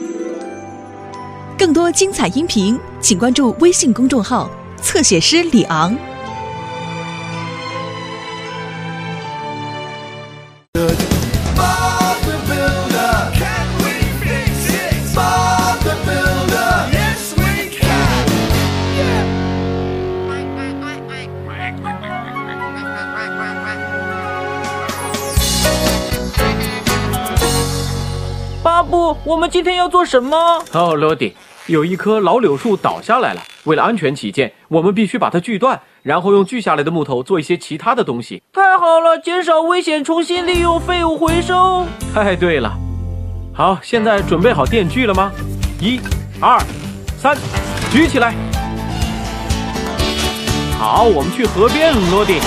更多精彩音频，请关注微信公众号“侧写师李昂”。 巴布，我们今天要做什么？ 哦，罗迪，有一棵老柳树倒下来了，为了安全起见，我们必须把它锯断，然后用锯下来的木头做一些其他的东西。 太好了，减少危险，重新利用，废物回收。 太对了。好，现在准备好电锯了吗？1、2、3，举起来。好，我们去河边，罗迪。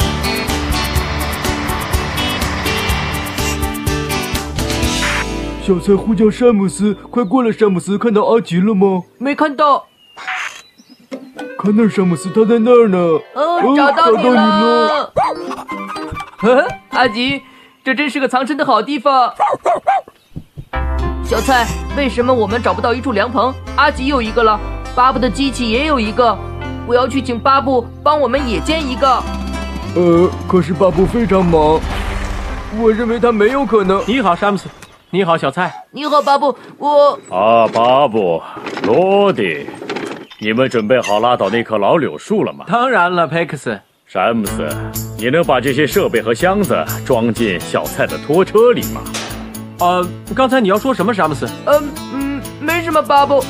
小蔡呼叫詹姆斯，快过来！詹姆斯，看到阿吉了吗？ 没看到。 看那儿，詹姆斯，他在那儿呢。 找到你了。 阿吉，这真是个藏身的好地方。小蔡，为什么我们找不到一处凉棚？阿吉有一个了，巴布的机器也有一个。我要去请巴布帮我们也建一个。 可是巴布非常忙，我认为他没有可能。 你好，詹姆斯。你好，小蔡。 你好，巴布。 巴布，罗迪，你们准备好拉倒那棵老柳树了吗？ 当然了，佩克斯。 詹姆斯，你能把这些设备和箱子装进小蔡的拖车里吗？ 刚才你要说什么，詹姆斯？ 没什么，巴布。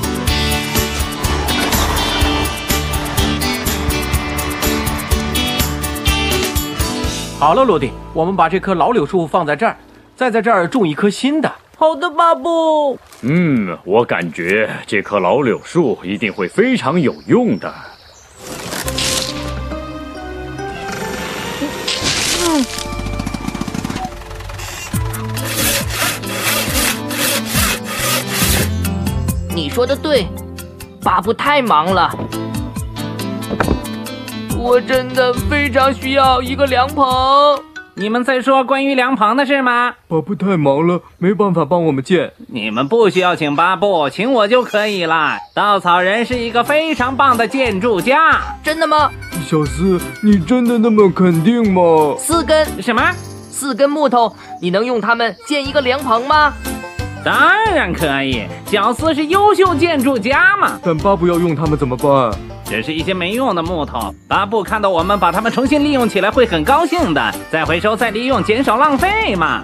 好了，罗迪，我们把这棵老柳树放在这儿。再在这儿种一棵新的。 好的，巴布。 我感觉这棵老柳树一定会非常有用的。 你说的对，巴布太忙了。我真的非常需要一个凉棚。 你们在说关于凉棚的事吗？ 巴布太忙了，没办法帮我们建。 你们不需要请巴布，请我就可以了。稻草人是一个非常棒的建筑家。 真的吗？ 小斯，你真的那么肯定吗 ？4根什么 ？4根木头，你能用它们建一个凉棚吗？ 当然可以，小斯是优秀建筑家嘛。 但巴布要用它们怎么办？ 只是一些没用的木头，巴布看到我们把它们重新利用起来会很高兴的，再回收再利用，减少浪费嘛。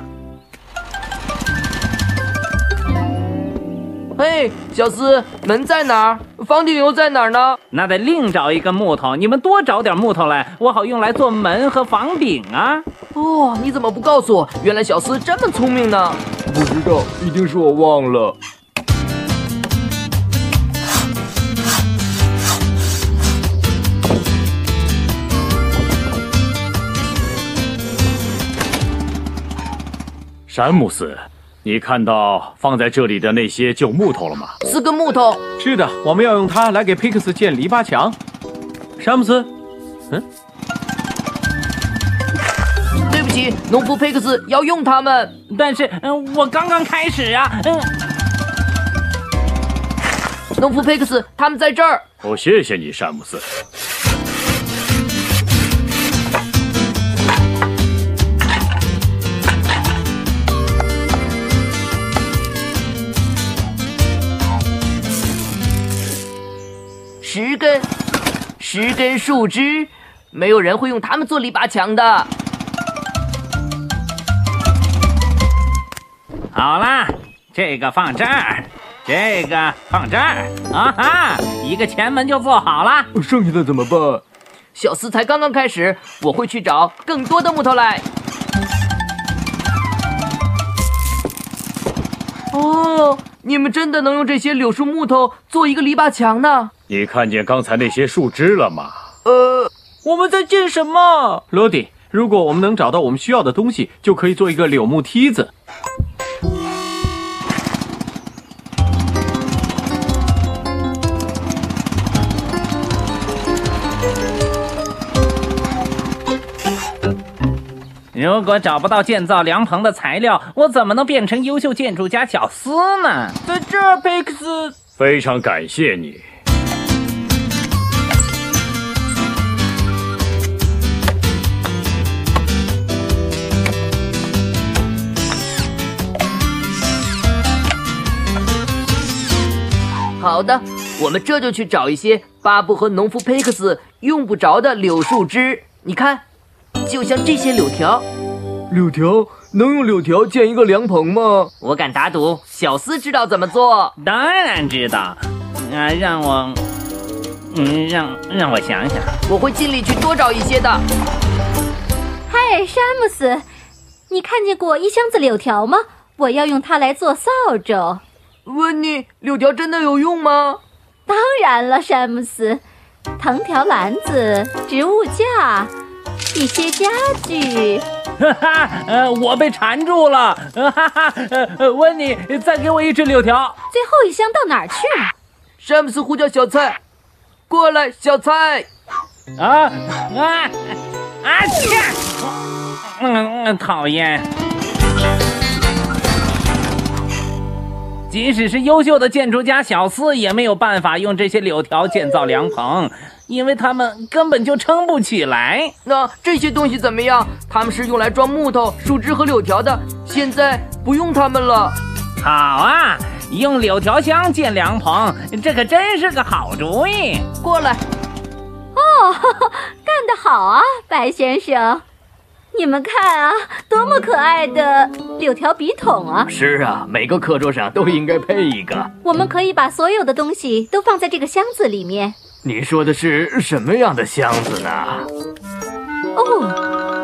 嘿，小斯，门在哪儿？房顶又在哪儿呢？ 那得另找一根木头，你们多找点木头来，我好用来做门和房顶啊。 你怎么不告诉我？原来小斯这么聪明呢。 不知道，一定是我忘了。 詹姆斯，你看到放在这里的那些旧木头了吗 ？4根木头。 是的，我们要用它来给佩克斯建篱笆墙。詹姆斯， 对不起，农夫佩克斯要用它们。 但是，我刚刚开始啊。 农夫佩克斯，他们在这儿。 谢谢你，詹姆斯。 10根树枝，没有人会用它们做篱笆墙的。 好啦，这个放这儿，这个放这儿，一个前门就做好了。 剩下的怎么办？ 小斯才刚刚开始，我会去找更多的木头来。你们真的能用这些柳树木头做一个篱笆墙呢？ 你看见刚才那些树枝了吗？ 我们在建什么？ 罗迪，如果我们能找到我们需要的东西，就可以做一个柳木梯子。 如果找不到建造凉棚的材料，我怎么能变成优秀建筑家小斯呢？ 在这儿，佩克斯。 非常感谢你。 好的，我们这就去找一些巴布和农夫佩克斯用不着的柳树枝。你看，就像这些柳条。 柳条能用柳条建一个凉棚吗？ 我敢打赌，小斯知道怎么做。 当然知道。让我想想。 我会尽力去多找一些的。 嗨，山姆斯，你看见过一箱子柳条吗？我要用它来做扫帚。 问你，柳条真的有用吗？ 当然了，山姆斯，藤条、篮子、植物架，一些家具。 哈哈，我被缠住了。哈哈，温妮，再给我一只柳条。 最后一箱到哪儿去了？ 詹姆斯呼叫小蔡，过来，小蔡。 讨厌。即使是优秀的建筑家小斯，也没有办法用这些柳条建造凉棚，因为它们根本就撑不起来。 那这些东西怎么样？它们是用来装木头、树枝和柳条的，现在不用它们了。 好啊，用柳条箱建凉棚，这可真是个好主意。 过来。 哦，干得好啊，白先生。你们看啊，多么可爱的柳条笔筒啊！ 是啊，每个课桌上都应该配一个。 我们可以把所有的东西都放在这个箱子里面。 你说的是什么样的箱子呢？ 哦，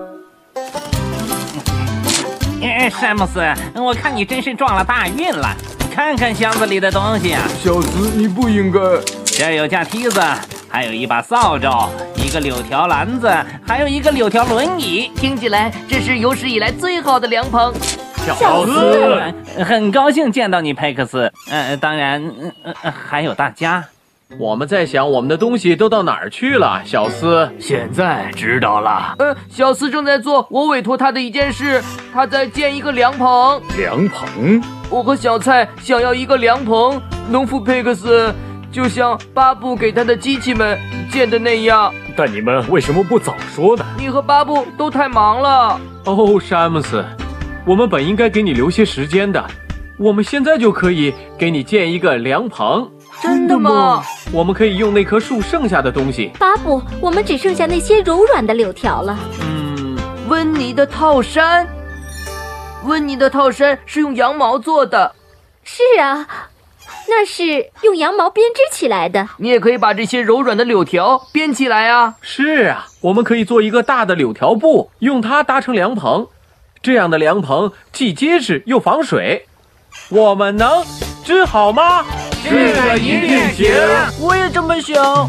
天哪！ 山姆斯，我看你真是撞了大运了。看看箱子里的东西啊。 小斯，你不应该。 这有架梯子，还有一把扫帚，一个柳条篮子，还有一个柳条轮椅。 听起来这是有史以来最好的凉棚。 小斯，很高兴见到你，佩克斯。当然，还有大家。 我们在想我们的东西都到哪儿去了，小斯。 现在知道了。小斯正在做我委托他的一件事，他在建一个凉棚。 凉棚？ 我和小蔡想要一个凉棚，农夫佩克斯就像巴布给他的机器们建的那样。 但你们为什么不早说呢？ 你和巴布都太忙了。 哦，山姆斯，我们本应该给你留些时间的。我们现在就可以给你建一个凉棚。 真的吗？ 我们可以用那棵树剩下的东西。 巴布，我们只剩下那些柔软的柳条了。 温妮的套衫。温妮的套衫是用羊毛做的。 是啊，那是用羊毛编织起来的。 你也可以把这些柔软的柳条编起来啊。 是啊，我们可以做一个大的柳条布，用它搭成凉棚。这样的凉棚既结实又防水。我们能织好吗？ 这个一定行。 我也这么想。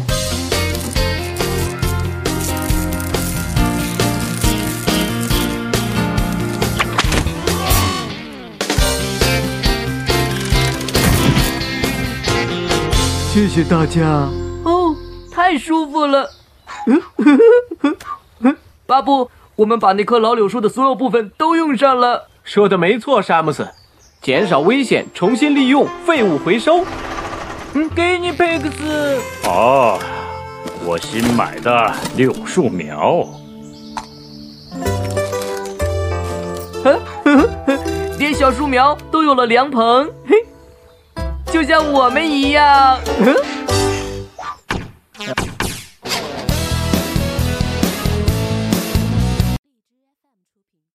谢谢大家。 哦，太舒服了。巴布，我们把那棵老柳树的所有部分都用上了。 说的没错，山姆斯。减少危险，重新利用，废物回收。 给你，佩克斯。 哦，我新买的柳树苗。 连小树苗都有了凉棚，就像我们一样。